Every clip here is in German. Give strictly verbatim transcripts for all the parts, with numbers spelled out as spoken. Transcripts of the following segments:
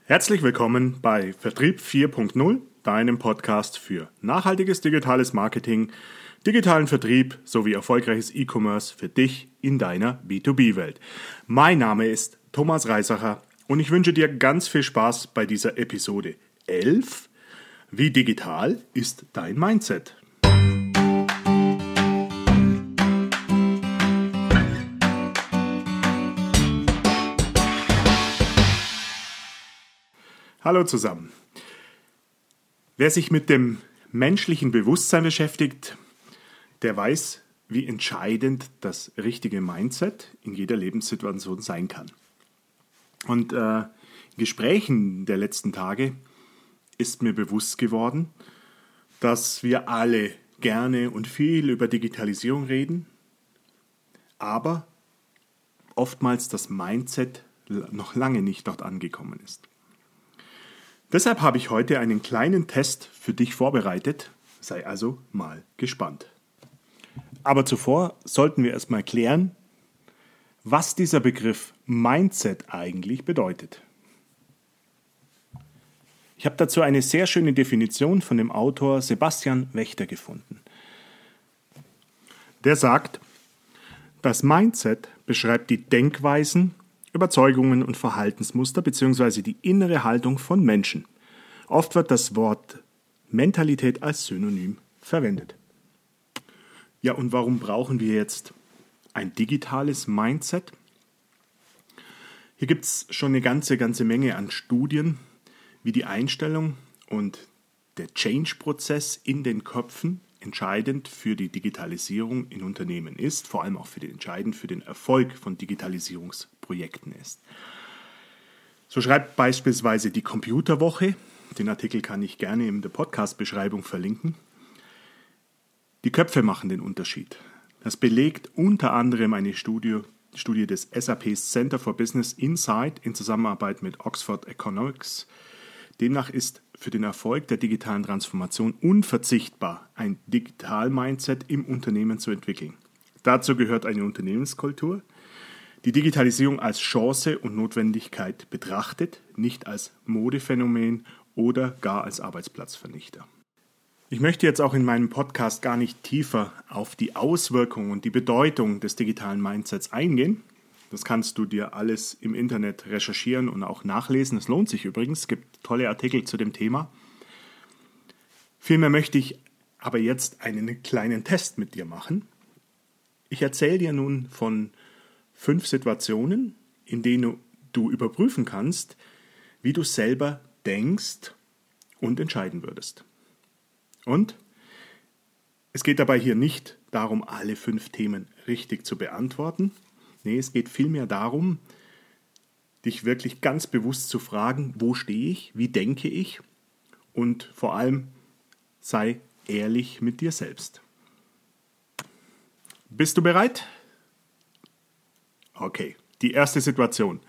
Herzlich willkommen bei Vertrieb vier Punkt null, deinem Podcast für nachhaltiges digitales Marketing, digitalen Vertrieb sowie erfolgreiches E-Commerce für dich in deiner B zwei B-Welt. Mein Name ist Thomas Reisacher und ich wünsche dir ganz viel Spaß bei dieser Episode elf. Wie digital ist dein Mindset? Hallo zusammen. Wer sich mit dem menschlichen Bewusstsein beschäftigt, der weiß, wie entscheidend das richtige Mindset in jeder Lebenssituation sein kann. Und äh, in Gesprächen der letzten Tage ist mir bewusst geworden, dass wir alle gerne und viel über Digitalisierung reden, aber oftmals das Mindset noch lange nicht dort angekommen ist. Deshalb habe ich heute einen kleinen Test für dich vorbereitet, sei also mal gespannt. Aber zuvor sollten wir erstmal klären, was dieser Begriff Mindset eigentlich bedeutet. Ich habe dazu eine sehr schöne Definition von dem Autor Sebastian Wächter gefunden. Der sagt, das Mindset beschreibt die Denkweisen, Überzeugungen und Verhaltensmuster bzw. die innere Haltung von Menschen. Oft wird das Wort Mentalität als Synonym verwendet. Ja, und warum brauchen wir jetzt ein digitales Mindset? Hier gibt es schon eine ganze, ganze Menge an Studien, wie die Einstellung und der Change-Prozess in den Köpfen entscheidend für die Digitalisierung in Unternehmen ist, vor allem auch für den, entscheidend für den Erfolg von Digitalisierungsprojekten ist. So schreibt beispielsweise die Computerwoche, den Artikel kann ich gerne in der Podcast-Beschreibung verlinken, die Köpfe machen den Unterschied. Das belegt unter anderem eine Studie, Studie des S A P Center for Business Insight in Zusammenarbeit mit Oxford Economics. Demnach ist für den Erfolg der digitalen Transformation unverzichtbar, ein Digital-Mindset im Unternehmen zu entwickeln. Dazu gehört eine Unternehmenskultur, die Digitalisierung als Chance und Notwendigkeit betrachtet, nicht als Modephänomen oder gar als Arbeitsplatzvernichter. Ich möchte jetzt auch in meinem Podcast gar nicht tiefer auf die Auswirkungen und die Bedeutung des digitalen Mindsets eingehen. Das kannst du dir alles im Internet recherchieren und auch nachlesen. Es lohnt sich übrigens, es gibt tolle Artikel zu dem Thema. Vielmehr möchte ich aber jetzt einen kleinen Test mit dir machen. Ich erzähle dir nun von fünf Situationen, in denen du überprüfen kannst, wie du selber denkst und entscheiden würdest. Und es geht dabei hier nicht darum, alle fünf Themen richtig zu beantworten. Nee, es geht vielmehr darum, dich wirklich ganz bewusst zu fragen, wo stehe ich, wie denke ich und vor allem sei ehrlich mit dir selbst. Bist du bereit? Okay, die erste Situation.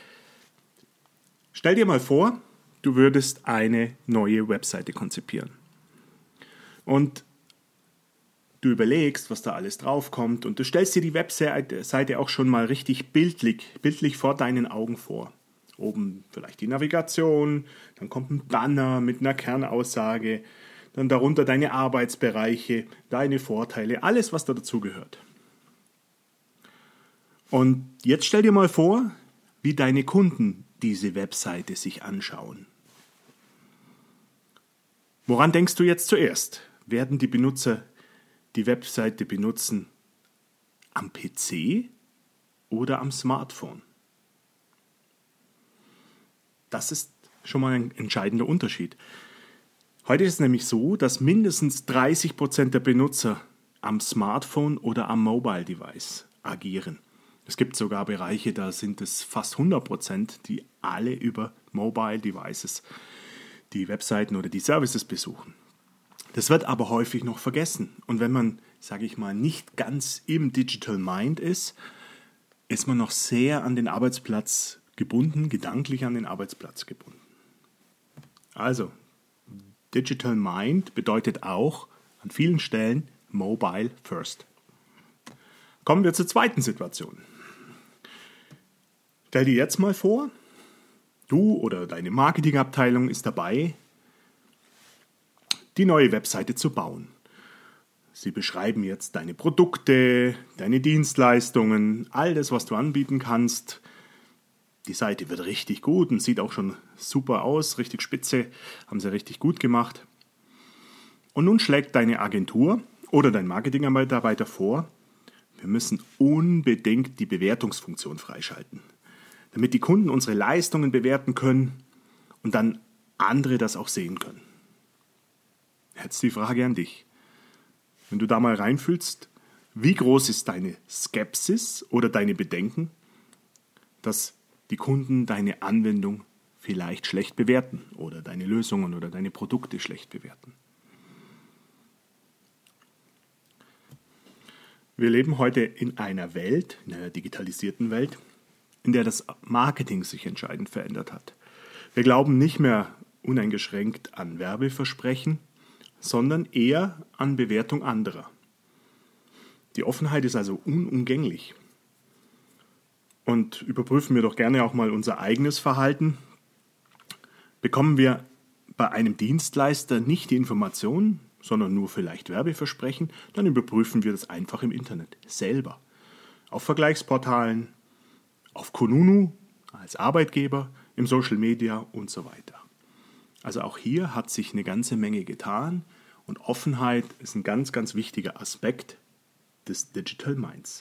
Stell dir mal vor, du würdest eine neue Webseite konzipieren. Und du überlegst, was da alles draufkommt und du stellst dir die Webseite auch schon mal richtig bildlich, bildlich vor deinen Augen vor. Oben vielleicht die Navigation, dann kommt ein Banner mit einer Kernaussage, dann darunter deine Arbeitsbereiche, deine Vorteile, alles, was da dazugehört. Und jetzt stell dir mal vor, wie deine Kunden diese Webseite sich anschauen. Woran denkst du jetzt zuerst? Werden die Benutzer die Webseite benutzen am P C oder am Smartphone? Das ist schon mal ein entscheidender Unterschied. Heute ist es nämlich so, dass mindestens dreißig Prozent der Benutzer am Smartphone oder am Mobile Device agieren. Es gibt sogar Bereiche, da sind es fast hundert Prozent, die alle über Mobile Devices die Webseiten oder die Services besuchen. Das wird aber häufig noch vergessen. Und wenn man, sage ich mal, nicht ganz im Digital Mind ist, ist man noch sehr an den Arbeitsplatz gebunden, gedanklich an den Arbeitsplatz gebunden. Also, Digital Mind bedeutet auch an vielen Stellen Mobile First. Kommen wir zur zweiten Situation. Stell dir jetzt mal vor, Du oder deine Marketingabteilung ist dabei, die neue Webseite zu bauen. Sie beschreiben jetzt deine Produkte, deine Dienstleistungen, all das, was du anbieten kannst. Die Seite wird richtig gut und sieht auch schon super aus, richtig spitze, haben sie richtig gut gemacht. Und nun schlägt deine Agentur oder dein Marketingmitarbeiter vor, wir müssen unbedingt die Bewertungsfunktion freischalten, damit die Kunden unsere Leistungen bewerten können und dann andere das auch sehen können. Jetzt die Frage an dich. Wenn du da mal reinfühlst, wie groß ist deine Skepsis oder deine Bedenken, dass die Kunden deine Anwendung vielleicht schlecht bewerten oder deine Lösungen oder deine Produkte schlecht bewerten? Wir leben heute in einer Welt, in einer digitalisierten Welt, in der das Marketing sich entscheidend verändert hat. Wir glauben nicht mehr uneingeschränkt an Werbeversprechen, sondern eher an Bewertung anderer. Die Offenheit ist also unumgänglich. Und überprüfen wir doch gerne auch mal unser eigenes Verhalten. Bekommen wir bei einem Dienstleister nicht die Informationen, sondern nur vielleicht Werbeversprechen, dann überprüfen wir das einfach im Internet selber. Auf Vergleichsportalen, auf Kununu als Arbeitgeber, im Social Media und so weiter. Also auch hier hat sich eine ganze Menge getan und Offenheit ist ein ganz, ganz wichtiger Aspekt des Digital Minds.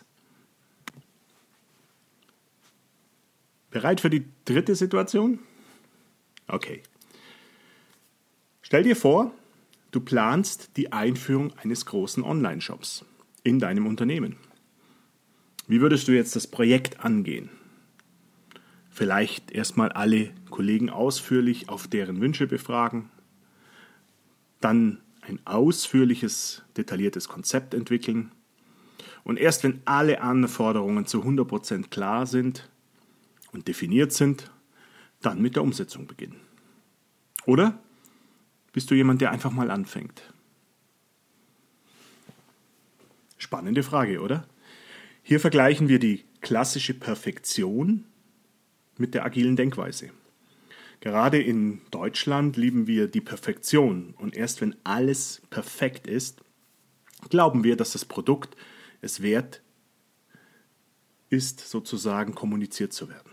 Bereit für die dritte Situation? Okay. Stell dir vor, du planst die Einführung eines großen Online-Shops in deinem Unternehmen. Wie würdest du jetzt das Projekt angehen? Vielleicht erstmal alle Kollegen ausführlich auf deren Wünsche befragen, dann ein ausführliches, detailliertes Konzept entwickeln und erst wenn alle Anforderungen zu hundert Prozent klar sind und definiert sind, dann mit der Umsetzung beginnen. Oder bist du jemand, der einfach mal anfängt? Spannende Frage, oder? Hier vergleichen wir die klassische Perfektion mit der agilen Denkweise. Gerade in Deutschland lieben wir die Perfektion und erst wenn alles perfekt ist, glauben wir, dass das Produkt es wert ist, sozusagen kommuniziert zu werden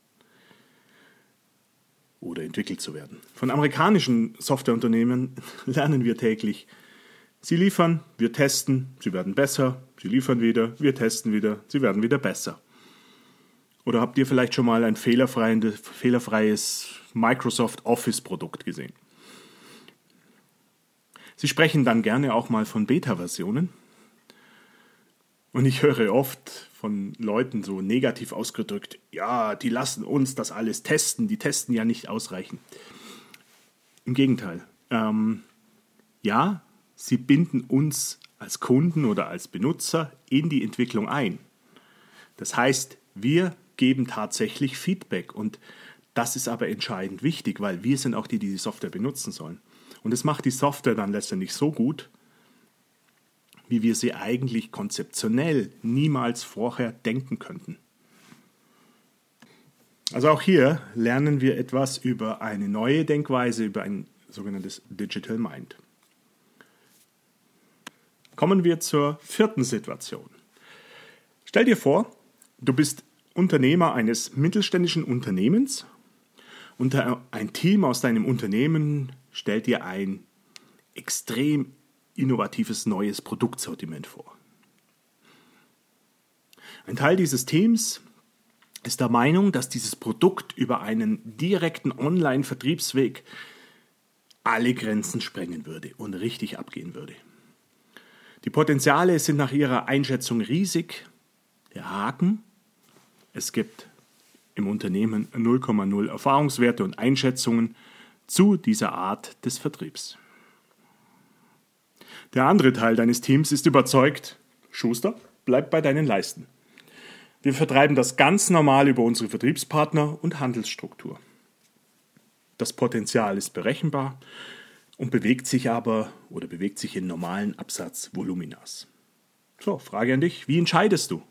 oder entwickelt zu werden. Von amerikanischen Softwareunternehmen lernen wir täglich, sie liefern, wir testen, sie werden besser, sie liefern wieder, wir testen wieder, sie werden wieder besser. Oder habt ihr vielleicht schon mal ein fehlerfreies Microsoft Office-Produkt gesehen? Sie sprechen dann gerne auch mal von Beta-Versionen. Und ich höre oft von Leuten so negativ ausgedrückt, ja, die lassen uns das alles testen, die testen ja nicht ausreichend. Im Gegenteil. Ähm, ja, sie binden uns als Kunden oder als Benutzer in die Entwicklung ein. Das heißt, wir geben tatsächlich Feedback und das ist aber entscheidend wichtig, weil wir sind auch die, die die Software benutzen sollen. Und das macht die Software dann letztendlich so gut, wie wir sie eigentlich konzeptionell niemals vorher denken könnten. Also auch hier lernen wir etwas über eine neue Denkweise, über ein sogenanntes Digital Mind. Kommen wir zur vierten Situation. Stell dir vor, du bist Unternehmer eines mittelständischen Unternehmens und ein Team aus deinem Unternehmen stellt dir ein extrem innovatives neues Produktsortiment vor. Ein Teil dieses Teams ist der Meinung, dass dieses Produkt über einen direkten Online-Vertriebsweg alle Grenzen sprengen würde und richtig abgehen würde. Die Potenziale sind nach ihrer Einschätzung riesig. Der Haken: Es gibt im Unternehmen null Komma null Erfahrungswerte und Einschätzungen zu dieser Art des Vertriebs. Der andere Teil deines Teams ist überzeugt, Schuster, bleib bei deinen Leisten. Wir vertreiben das ganz normal über unsere Vertriebspartner und Handelsstruktur. Das Potenzial ist berechenbar und bewegt sich aber oder bewegt sich in normalen Absatzvoluminas. So, Frage an dich, wie entscheidest du?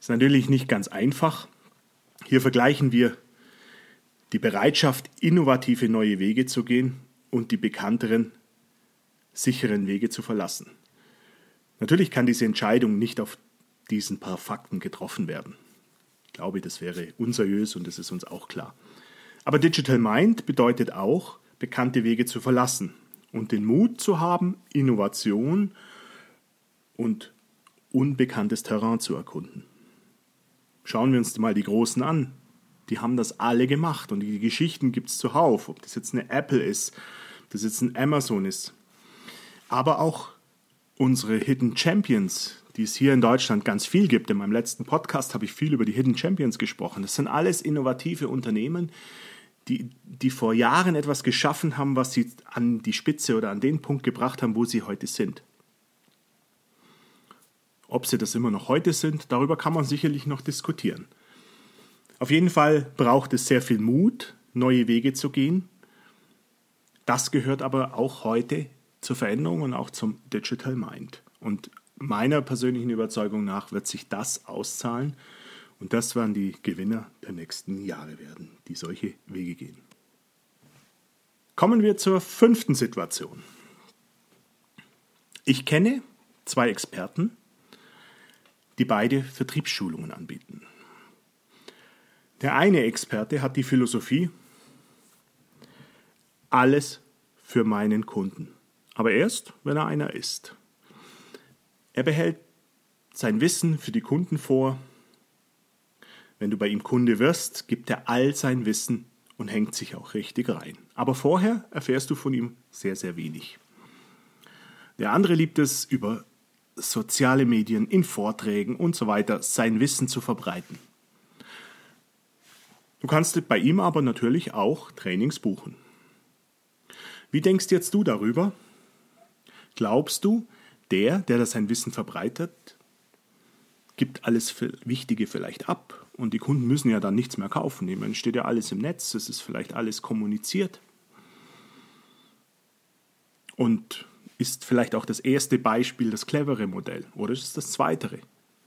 Ist natürlich nicht ganz einfach. Hier vergleichen wir die Bereitschaft, innovative neue Wege zu gehen und die bekannteren, sicheren Wege zu verlassen. Natürlich kann diese Entscheidung nicht auf diesen paar Fakten getroffen werden. Ich glaube, das wäre unseriös und das ist uns auch klar. Aber Digital Mind bedeutet auch, bekannte Wege zu verlassen und den Mut zu haben, Innovation und unbekanntes Terrain zu erkunden. Schauen wir uns mal die Großen an. Die haben das alle gemacht und die Geschichten gibt es zuhauf, ob das jetzt eine Apple ist, ob das jetzt ein Amazon ist. Aber auch unsere Hidden Champions, die es hier in Deutschland ganz viel gibt. In meinem letzten Podcast habe ich viel über die Hidden Champions gesprochen. Das sind alles innovative Unternehmen, die, die vor Jahren etwas geschaffen haben, was sie an die Spitze oder an den Punkt gebracht haben, wo sie heute sind. Ob sie das immer noch heute sind, darüber kann man sicherlich noch diskutieren. Auf jeden Fall braucht es sehr viel Mut, neue Wege zu gehen. Das gehört aber auch heute zur Veränderung und auch zum Digital Mind. Und meiner persönlichen Überzeugung nach wird sich das auszahlen. Und das werden die Gewinner der nächsten Jahre werden, die solche Wege gehen. Kommen wir zur fünften Situation. Ich kenne zwei Experten, die beide Vertriebsschulungen anbieten. Der eine Experte hat die Philosophie, alles für meinen Kunden, aber erst, wenn er einer ist. Er behält sein Wissen für die Kunden vor. Wenn du bei ihm Kunde wirst, gibt er all sein Wissen und hängt sich auch richtig rein. Aber vorher erfährst du von ihm sehr, sehr wenig. Der andere liebt es, über soziale Medien, in Vorträgen und so weiter sein Wissen zu verbreiten. Du kannst bei ihm aber natürlich auch Trainings buchen. Wie denkst jetzt du darüber? Glaubst du, der, der das sein Wissen verbreitet, gibt alles Wichtige vielleicht ab und die Kunden müssen ja dann nichts mehr kaufen. Dann steht ja alles im Netz, es ist vielleicht alles kommuniziert und ist vielleicht auch das erste Beispiel das clevere Modell oder ist es das zweite?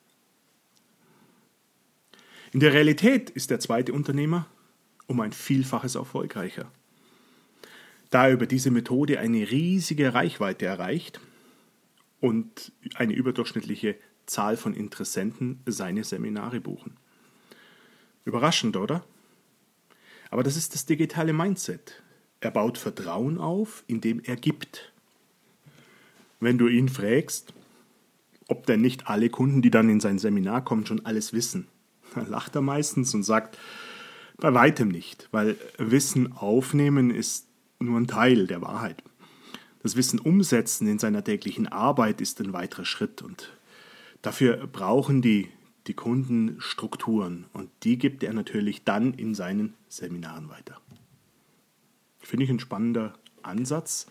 In der Realität ist der zweite Unternehmer um ein Vielfaches erfolgreicher, da er über diese Methode eine riesige Reichweite erreicht und eine überdurchschnittliche Zahl von Interessenten seine Seminare buchen. Überraschend, oder? Aber das ist das digitale Mindset. Er baut Vertrauen auf, indem er gibt. Wenn du ihn fragst, ob denn nicht alle Kunden, die dann in sein Seminar kommen, schon alles wissen, dann lacht er meistens und sagt, bei weitem nicht, weil Wissen aufnehmen ist nur ein Teil der Wahrheit. Das Wissen umsetzen in seiner täglichen Arbeit ist ein weiterer Schritt und dafür brauchen die, die Kunden Strukturen und die gibt er natürlich dann in seinen Seminaren weiter. Finde ich ein spannender Ansatz.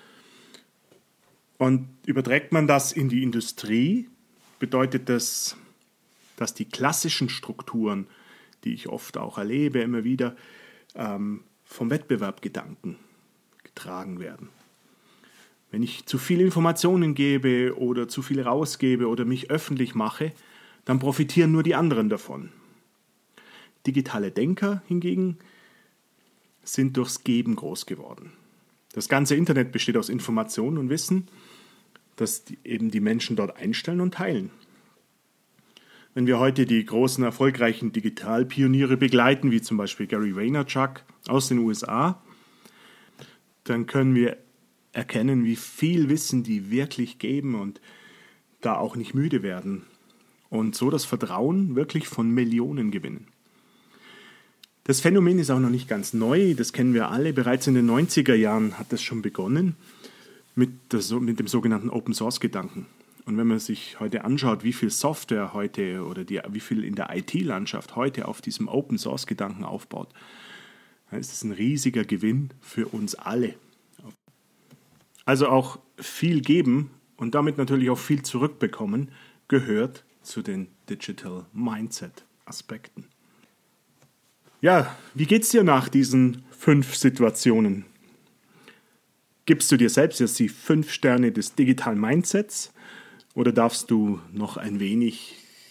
Und überträgt man das in die Industrie, bedeutet das, dass die klassischen Strukturen, die ich oft auch erlebe, immer wieder ähm, vom Wettbewerbgedanken getragen werden. Wenn ich zu viele Informationen gebe oder zu viel rausgebe oder mich öffentlich mache, dann profitieren nur die anderen davon. Digitale Denker hingegen sind durchs Geben groß geworden. Das ganze Internet besteht aus Informationen und Wissen, das die, eben die Menschen dort einstellen und teilen. Wenn wir heute die großen, erfolgreichen Digitalpioniere begleiten, wie zum Beispiel Gary Vaynerchuk aus den U S A, dann können wir erkennen, wie viel Wissen die wirklich geben und da auch nicht müde werden und so das Vertrauen wirklich von Millionen gewinnen. Das Phänomen ist auch noch nicht ganz neu, das kennen wir alle. Bereits in den neunziger Jahren hat das schon begonnen mit, das, mit dem sogenannten Open-Source-Gedanken. Und wenn man sich heute anschaut, wie viel Software heute oder die, wie viel in der I T-Landschaft heute auf diesem Open-Source-Gedanken aufbaut, dann ist es ein riesiger Gewinn für uns alle. Also auch viel geben und damit natürlich auch viel zurückbekommen, gehört zu den Digital Mindset-Aspekten. Ja, wie geht's dir nach diesen fünf Situationen? Gibst du dir selbst jetzt die fünf Sterne des Digital Mindsets oder darfst du noch ein wenig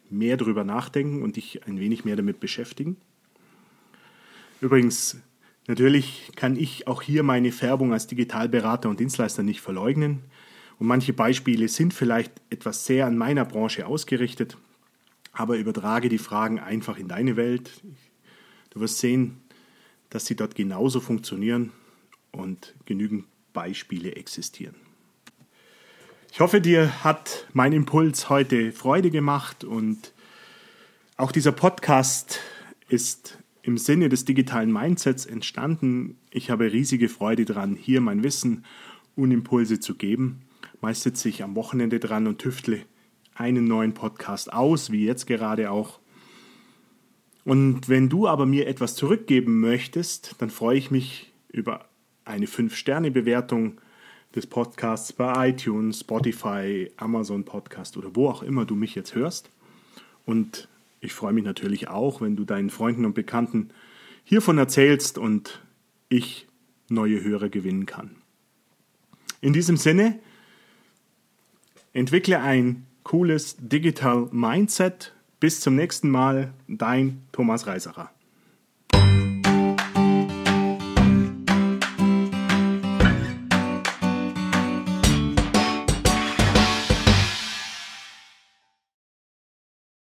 mehr drüber nachdenken und dich ein wenig mehr damit beschäftigen. Übrigens, natürlich kann ich auch hier meine Färbung als Digitalberater und Dienstleister nicht verleugnen. Und manche Beispiele sind vielleicht etwas sehr an meiner Branche ausgerichtet, aber übertrage die Fragen einfach in deine Welt. Du wirst sehen, dass sie dort genauso funktionieren und genügend Beispiele existieren. Ich hoffe, dir hat mein Impuls heute Freude gemacht und auch dieser Podcast ist im Sinne des digitalen Mindsets entstanden. Ich habe riesige Freude daran, hier mein Wissen und Impulse zu geben. Meist sitze ich am Wochenende dran und tüftle einen neuen Podcast aus, wie jetzt gerade auch. Und wenn du aber mir etwas zurückgeben möchtest, dann freue ich mich über eine fünf Sterne Bewertung des Podcasts bei iTunes, Spotify, Amazon Podcast oder wo auch immer du mich jetzt hörst. Und ich freue mich natürlich auch, wenn du deinen Freunden und Bekannten hiervon erzählst und ich neue Hörer gewinnen kann. In diesem Sinne, entwickle ein cooles Digital Mindset. Bis zum nächsten Mal, dein Thomas Reisacher.